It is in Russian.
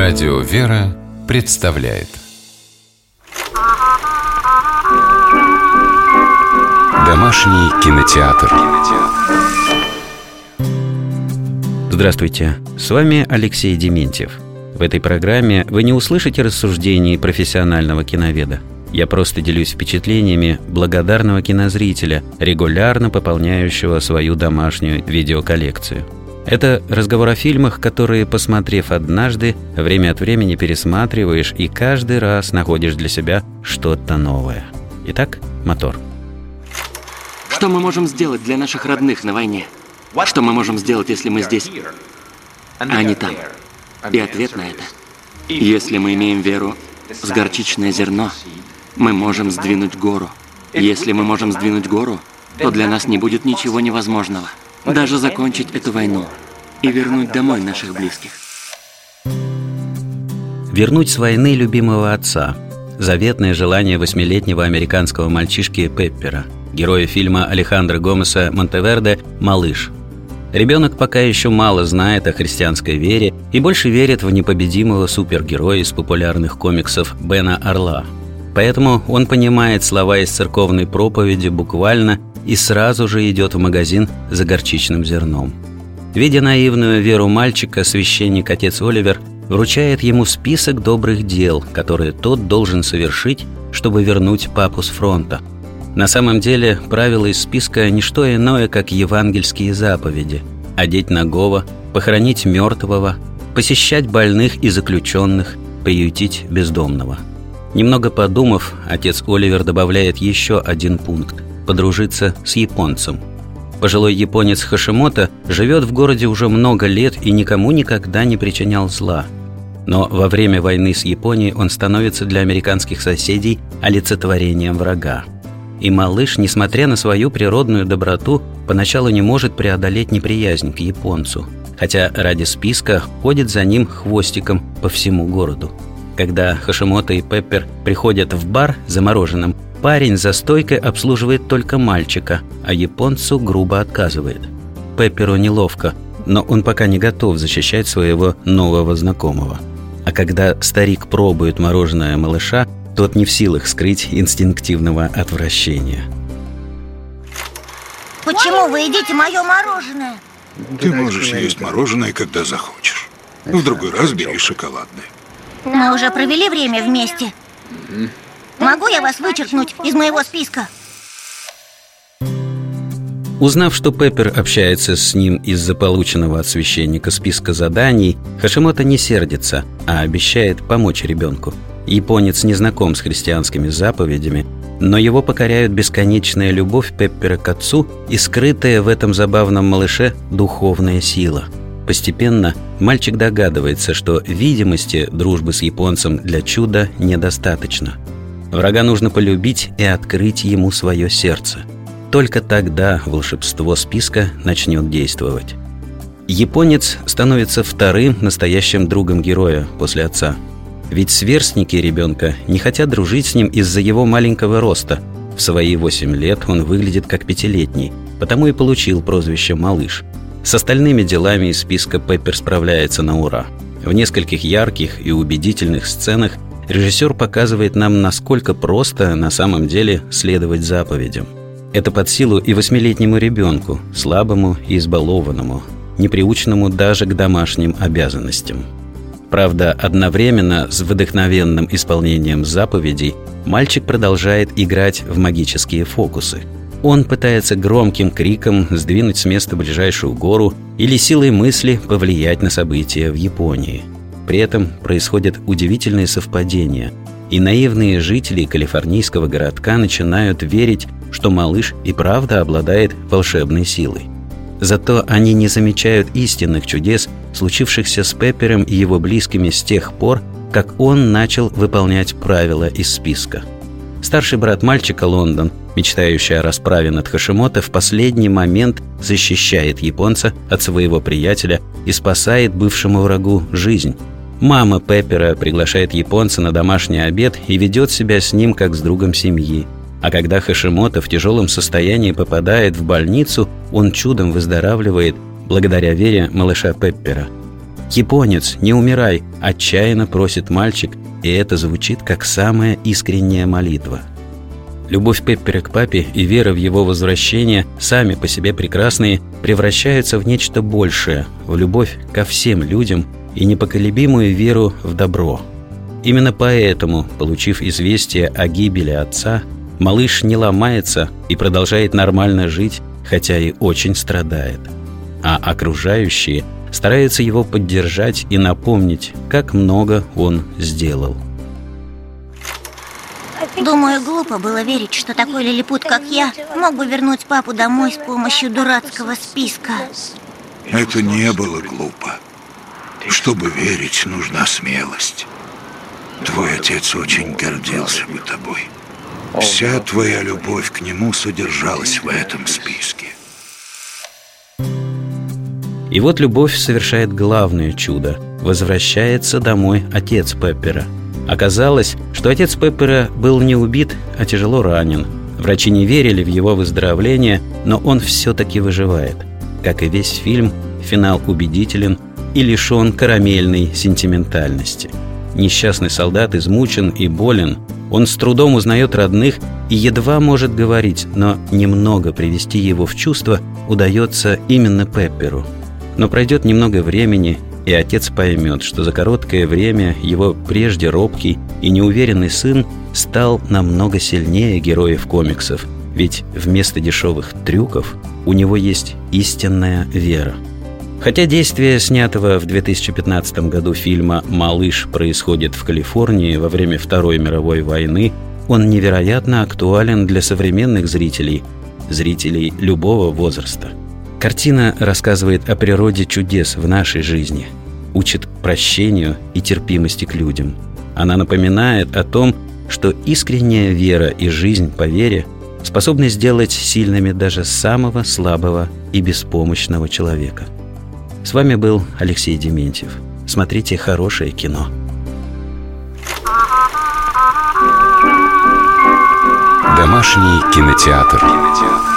Радио «Вера» представляет Домашний кинотеатр. Здравствуйте, с вами Алексей Дементьев. В этой программе вы не услышите рассуждений профессионального киноведа. Я просто делюсь впечатлениями благодарного кинозрителя, регулярно пополняющего свою домашнюю видеоколлекцию. Это разговор о фильмах, которые, посмотрев однажды, время от времени пересматриваешь и каждый раз находишь для себя что-то новое. Итак, мотор. Что мы можем сделать для наших родных на войне? Что мы можем сделать, если мы здесь, а не там? И ответ на это: если мы имеем веру с горчичное зерно, мы можем сдвинуть гору. Если мы можем сдвинуть гору, то для нас не будет ничего невозможного. Даже закончить эту войну и вернуть домой наших близких. Вернуть с войны любимого отца. Заветное желание 8-летнего американского мальчишки Пеппера, героя фильма Алехандро Гомеса Монтеверде «Малыш». Ребенок пока еще мало знает о христианской вере и больше верит в непобедимого супергероя из популярных комиксов Бена Орла. Поэтому он понимает слова из церковной проповеди буквально и сразу же идет в магазин за горчичным зерном. Видя наивную веру мальчика, священник-отец Оливер вручает ему список добрых дел, которые тот должен совершить, чтобы вернуть папу с фронта. На самом деле, правила из списка – не что иное, как евангельские заповеди: одеть нагого, похоронить мертвого, посещать больных и заключенных, приютить бездомного. Немного подумав, отец Оливер добавляет еще один пункт – подружиться с японцем. Пожилой японец Хашимото живет в городе уже много лет и никому никогда не причинял зла. Но во время войны с Японией он становится для американских соседей олицетворением врага. И малыш, несмотря на свою природную доброту, поначалу не может преодолеть неприязнь к японцу, хотя ради списка ходит за ним хвостиком по всему городу. Когда Хашимото и Пеппер приходят в бар за мороженым, парень за стойкой обслуживает только мальчика, а японцу грубо отказывает. Пепперу неловко, но он пока не готов защищать своего нового знакомого. А когда старик пробует мороженое малыша, тот не в силах скрыть инстинктивного отвращения. Почему вы едите мое мороженое? Ты можешь есть мороженое, когда захочешь. В другой раз бери шоколадное. Мы уже провели время вместе. Могу я вас вычеркнуть из моего списка? Узнав, что Пеппер общается с ним из-за полученного от священника списка заданий, Хашимото не сердится, а обещает помочь ребенку. Японец не знаком с христианскими заповедями, но его покоряют бесконечная любовь Пеппера к отцу и скрытая в этом забавном малыше духовная сила. Постепенно мальчик догадывается, что видимости дружбы с японцем для чуда недостаточно. Врага нужно полюбить и открыть ему свое сердце. Только тогда волшебство списка начнет действовать. Японец становится вторым настоящим другом героя после отца. Ведь сверстники ребенка не хотят дружить с ним из-за его маленького роста. В свои 8 лет он выглядит как 5-летний, потому и получил прозвище «Малыш». С остальными делами из списка Пеппер справляется на ура. В нескольких ярких и убедительных сценах режиссер показывает нам, насколько просто на самом деле следовать заповедям. Это под силу и 8-летнему ребенку, слабому и избалованному, неприученному даже к домашним обязанностям. Правда, одновременно с вдохновенным исполнением заповедей мальчик продолжает играть в магические фокусы. Он пытается громким криком сдвинуть с места ближайшую гору или силой мысли повлиять на события в Японии. При этом происходят удивительные совпадения, и наивные жители калифорнийского городка начинают верить, что малыш и правда обладает волшебной силой. Зато они не замечают истинных чудес, случившихся с Пеппером и его близкими с тех пор, как он начал выполнять правила из списка. Старший брат мальчика, Лондон, мечтающий о расправе над Хашимото, в последний момент защищает японца от своего приятеля и спасает бывшему врагу жизнь. Мама Пеппера приглашает японца на домашний обед и ведет себя с ним как с другом семьи. А когда Хашимото в тяжелом состоянии попадает в больницу, он чудом выздоравливает благодаря вере малыша Пеппера. «Японец, не умирай!» – отчаянно просит мальчик, и это звучит как самая искренняя молитва. Любовь Пеппера к папе и вера в его возвращение, сами по себе прекрасные, превращаются в нечто большее, в любовь ко всем людям и непоколебимую веру в добро. Именно поэтому, получив известие о гибели отца, малыш не ломается и продолжает нормально жить, хотя и очень страдает. А окружающие стараются его поддержать и напомнить, как много он сделал. Думаю, глупо было верить, что такой лилипут, как я, мог бы вернуть папу домой с помощью дурацкого списка. Это не было глупо. Чтобы верить, нужна смелость. Твой отец очень гордился бы тобой. Вся твоя любовь к нему содержалась в этом списке. И вот любовь совершает главное чудо. Возвращается домой отец Пеппера. Оказалось, что отец Пеппера был не убит, а тяжело ранен. Врачи не верили в его выздоровление, но он все-таки выживает. Как и весь фильм, финал убедителен и лишен карамельной сентиментальности. Несчастный солдат измучен и болен. Он с трудом узнает родных и едва может говорить, но немного привести его в чувство удается именно Пепперу. Но пройдет немного времени, и отец поймет, что за короткое время его прежде робкий и неуверенный сын стал намного сильнее героев комиксов, ведь вместо дешевых трюков у него есть истинная вера. Хотя действие снятого в 2015 году фильма «Малыш» происходит в Калифорнии во время Второй мировой войны, он невероятно актуален для современных зрителей любого возраста. Картина рассказывает о природе чудес в нашей жизни, учит прощению и терпимости к людям. Она напоминает о том, что искренняя вера и жизнь по вере способны сделать сильными даже самого слабого и беспомощного человека. С вами был Алексей Дементьев. Смотрите хорошее кино. Домашний кинотеатр.